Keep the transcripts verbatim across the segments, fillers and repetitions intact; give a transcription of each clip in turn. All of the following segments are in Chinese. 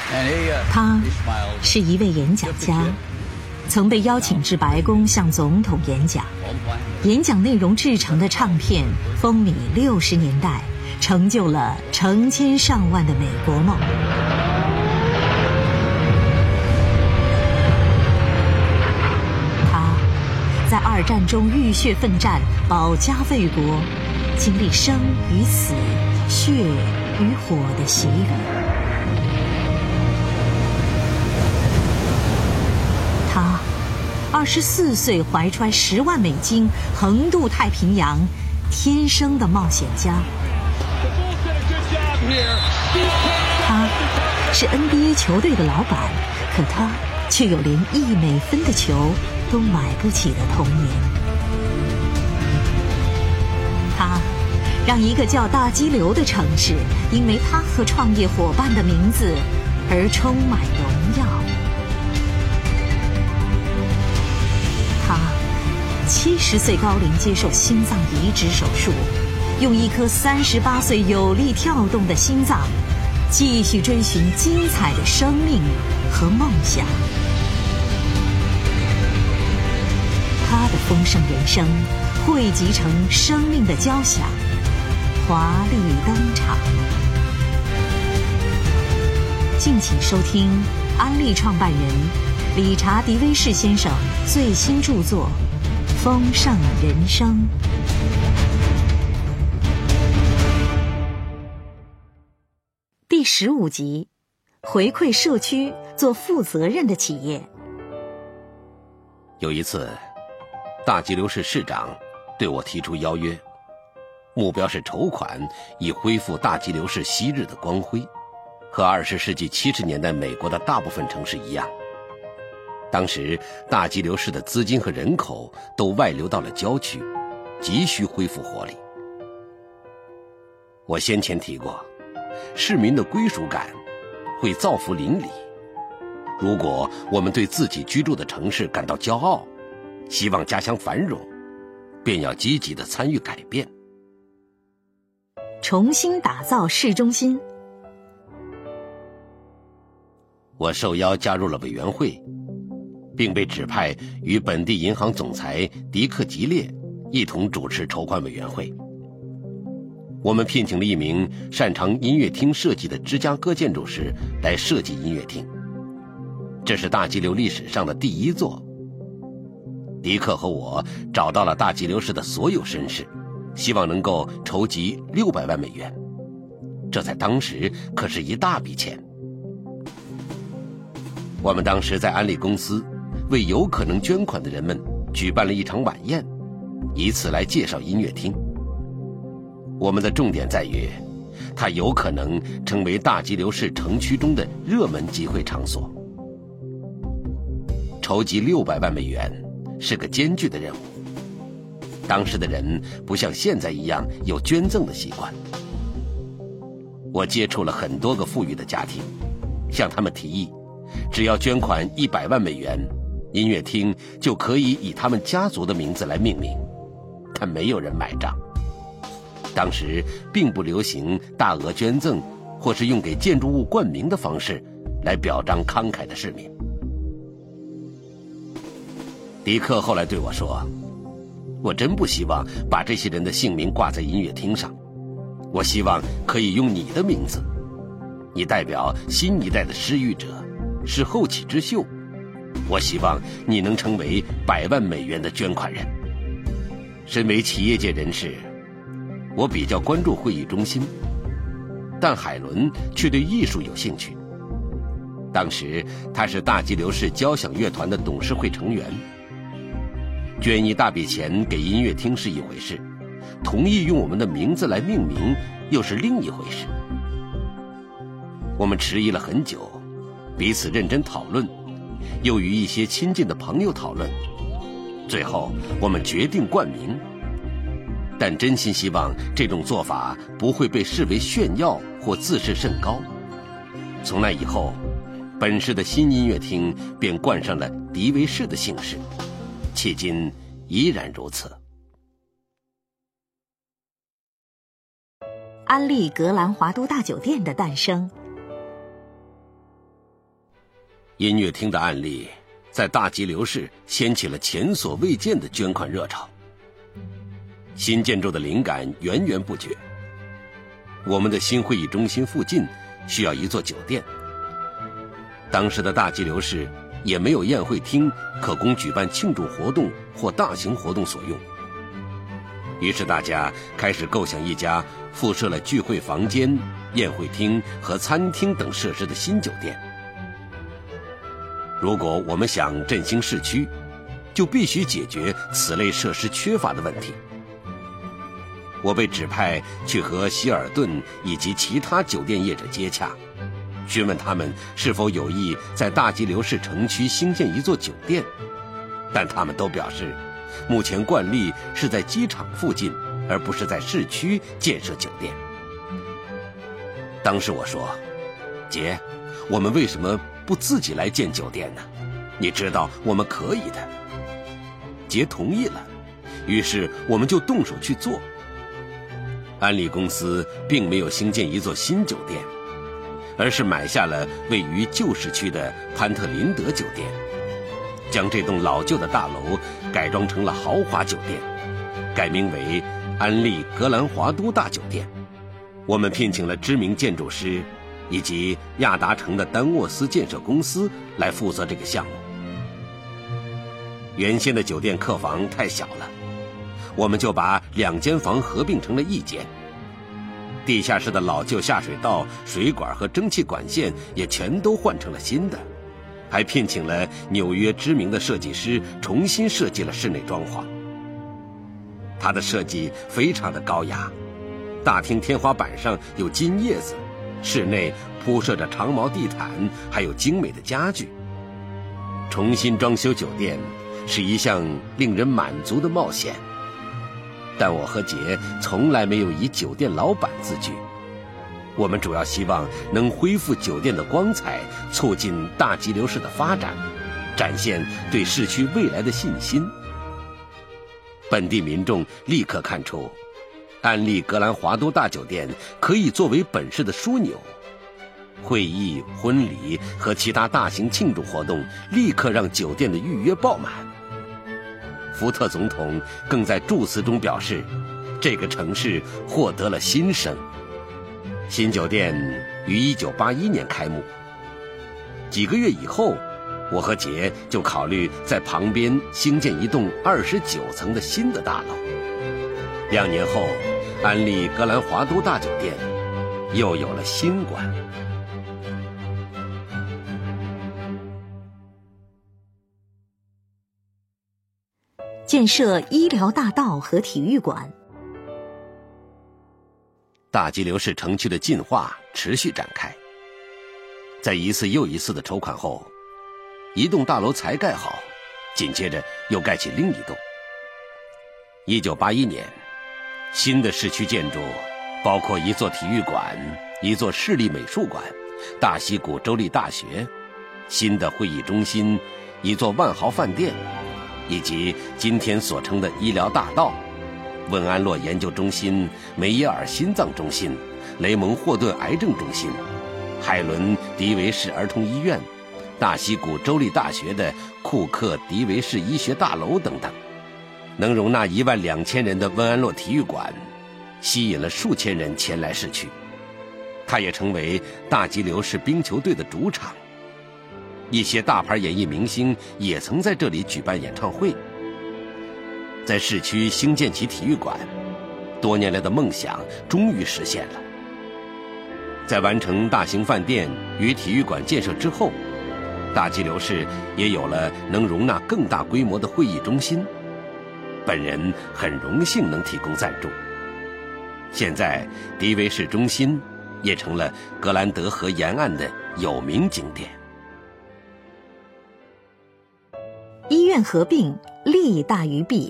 他是一位演讲家，曾被邀请至白宫向总统演讲，演讲内容至诚的唱片风靡六十年代，成就了成千上万的美国梦。他在二战中浴血奋战，保家卫国，经历生与死、血与火的洗礼。他二十四岁怀揣十万美金横渡太平洋，天生的冒险家。他是 N B A 球队的老板，可他却有连一美分的球都买不起的童年。他让一个叫大激流的城市因为他和创业伙伴的名字而充满荣耀。他七十岁高龄接受心脏移植手术，用一颗三十八岁有力跳动的心脏继续追寻精彩的生命和梦想。他的丰盛人生汇集成生命的交响，华丽登场。敬请收听安利创办人理查·迪威士先生最新著作《丰盛人生》第十五集：回馈社区，做负责任的企业。 有一次，大激流市市长对我提出邀约，目标是筹款以恢复大激流市昔日的光辉，和二十世纪七十年代美国的大部分城市一样。当时大激流市的资金和人口都外流到了郊区，急需恢复活力。我先前提过，市民的归属感会造福邻里。如果我们对自己居住的城市感到骄傲，希望家乡繁荣，便要积极地参与改变， 重新打造市中心。 我受邀加入了委员会，并被指派与本地银行总裁迪克·吉列一同主持筹款委员会。我们聘请了一名擅长音乐厅设计的芝加哥建筑师来设计音乐厅，这是大激流历史上的第一座。迪克和我找到了大激流市的所有绅士，希望能够筹集六百万美元，这在当时可是一大笔钱。我们当时在安利公司为有可能捐款的人们举办了一场晚宴，以此来介绍音乐厅。我们的重点在于，它有可能成为大激流市城区中的热门集会场所。筹集六百万美元是个艰巨的任务，当时的人不像现在一样有捐赠的习惯。我接触了很多个富裕的家庭，向他们提议，只要捐款一百万美元，音乐厅就可以以他们家族的名字来命名，但没有人买账。当时并不流行大额捐赠或是用给建筑物冠名的方式来表彰慷慨的市民。迪克后来对我说，我真不希望把这些人的姓名挂在音乐厅上，我希望可以用你的名字，你代表新一代的失语者，是后起之秀，我希望你能成为百万美元的捐款人。身为企业界人士，我比较关注会议中心，但海伦却对艺术有兴趣。当时他是大激流市交响乐团的董事会成员。捐一大笔钱给音乐厅是一回事，同意用我们的名字来命名又是另一回事。我们迟疑了很久，彼此认真讨论，又与一些亲近的朋友讨论，最后我们决定冠名。但真心希望这种做法不会被视为炫耀或自视甚高。从那以后，本市的新音乐厅便冠上了迪维士的姓氏，迄今依然如此。 安利格兰华都大酒店的诞生。 音乐厅的案例在大吉流市掀起了前所未见的捐款热潮。新建筑的灵感源源不绝。我们的新会议中心附近需要一座酒店，当时的大吉流市也没有宴会厅可供举办庆祝活动或大型活动所用。于是大家开始构想一家附设了聚会房间、宴会厅和餐厅等设施的新酒店。如果我们想振兴市区，就必须解决此类设施缺乏的问题。我被指派去和希尔顿以及其他酒店业者接洽，询问他们是否有意在大吉流市城区兴建一座酒店，但他们都表示，目前惯例是在机场附近，而不是在市区建设酒店。当时我说，杰，我们为什么不自己来建酒店呢？你知道我们可以的。杰同意了，于是我们就动手去做。安利公司并没有兴建一座新酒店，而是买下了位于旧市区的潘特林德酒店，将这栋老旧的大楼改装成了豪华酒店，改名为安利格兰华都大酒店。我们聘请了知名建筑师以及亚达城的丹沃斯建设公司来负责这个项目。原先的酒店客房太小了，我们就把两间房合并成了一间。地下室的老旧下水道、水管和蒸汽管线也全都换成了新的，还聘请了纽约知名的设计师重新设计了室内装潢。它的设计非常的高雅，大厅天花板上有金叶子，室内铺设着长毛地毯，还有精美的家具。重新装修酒店是一项令人满足的冒险，但我和杰从来没有以酒店老板自居。我们主要希望能恢复酒店的光彩，促进大吉流市的发展，展现对市区未来的信心。本地民众立刻看出，安利格兰华都大酒店可以作为本市的枢纽，会议、婚礼和其他大型庆祝活动立刻让酒店的预约爆满。福特总统更在祝词中表示，这个城市获得了新生。新酒店于一九八一年开幕，几个月以后，我和杰就考虑在旁边兴建一栋二十九层的新的大楼。两年后，安利格兰华都大酒店又有了新馆。 建设医疗大道和体育馆。 大吉流市城区的进化持续展开，在一次又一次的筹款后，一栋大楼才盖好，紧接着又盖起另一栋。一九八一年，新的市区建筑包括一座体育馆、一座市立美术馆、大溪谷州立大学、新的会议中心、一座万豪饭店，以及今天所称的医疗大道、温安洛研究中心、梅耶尔心脏中心、雷蒙霍顿癌症中心、海伦迪维士儿童医院、大溪谷州立大学的库克迪维士医学大楼等等。能容纳一万两千人的温安洛体育馆吸引了数千人前来市区，它也成为大吉流市冰球队的主场。一些大牌演艺明星也曾在这里举办演唱会。在市区兴建起体育馆，多年来的梦想终于实现了。在完成大型饭店与体育馆建设之后，大吉流市也有了能容纳更大规模的会议中心。本人很荣幸能提供赞助。现在迪维市中心也成了格兰德河沿岸的有名景点。 医院合并，利大于弊。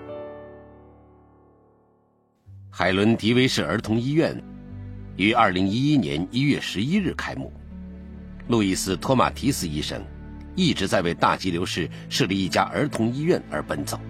海伦迪维士儿童医院于二零一一年一月十一日开幕。路易斯·托马提斯医生一直在为大吉流市设立一家儿童医院而奔走。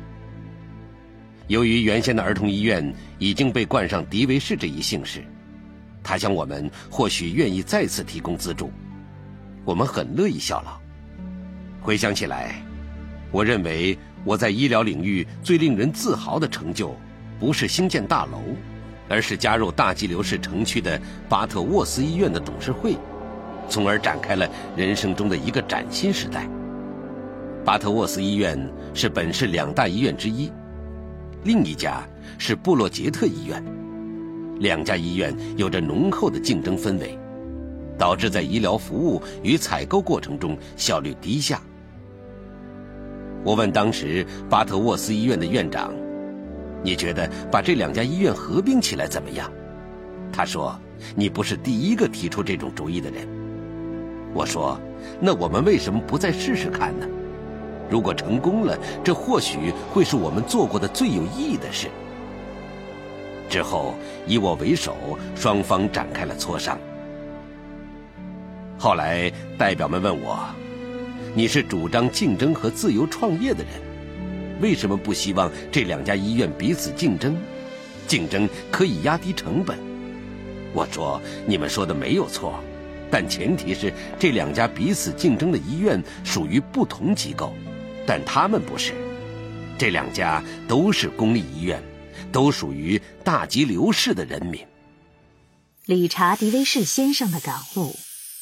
由于原先的儿童医院已经被冠上迪维士这一姓氏，他向我们或许愿意再次提供资助。 我们很乐意效劳。回想起来，我认为我在医疗领域最令人自豪的成就，不是兴建大楼，而是加入大吉流市城区的巴特沃斯医院的董事会，从而展开了人生中的一个崭新时代。巴特沃斯医院是本市两大医院之一，另一家是布洛杰特医院。两家医院有着浓厚的竞争氛围，导致在医疗服务与采购过程中效率低下。我问当时巴特沃斯医院的院长，你觉得把这两家医院合并起来怎么样？他说，你不是第一个提出这种主意的人。我说，那我们为什么不再试试看呢？如果成功了，这或许会是我们做过的最有意义的事。之后以我为首，双方展开了磋商。后来代表们问我，你是主张竞争和自由创业的人，为什么不希望这两家医院彼此竞争？竞争可以压低成本。我说，你们说的没有错，但前提是这两家彼此竞争的医院属于不同机构，但他们不是。这两家都是公立医院，都属于大吉流市的人民。 理查·迪维士先生的感悟。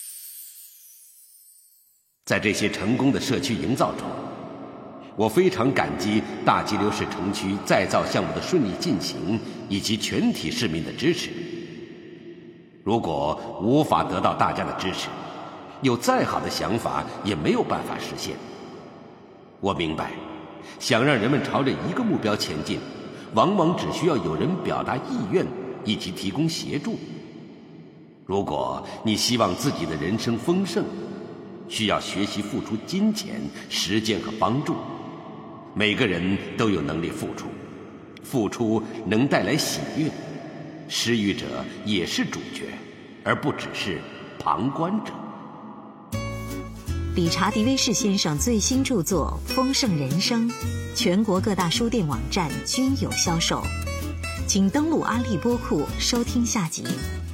在这些成功的社区营造中，我非常感激大吉流市城区再造项目的顺利进行，以及全体市民的支持。如果无法得到大家的支持，有再好的想法也没有办法实现。我明白，想让人们朝着一个目标前进，往往只需要有人表达意愿以及提供协助。如果你希望自己的人生丰盛，需要学习付出金钱、时间和帮助。每个人都有能力付出，付出能带来喜悦，施予者也是主角，而不只是旁观者。 理查·迪维士先生最新著作《丰盛人生》，全国各大书店网站均有销售，请登录阿力播库收听下集。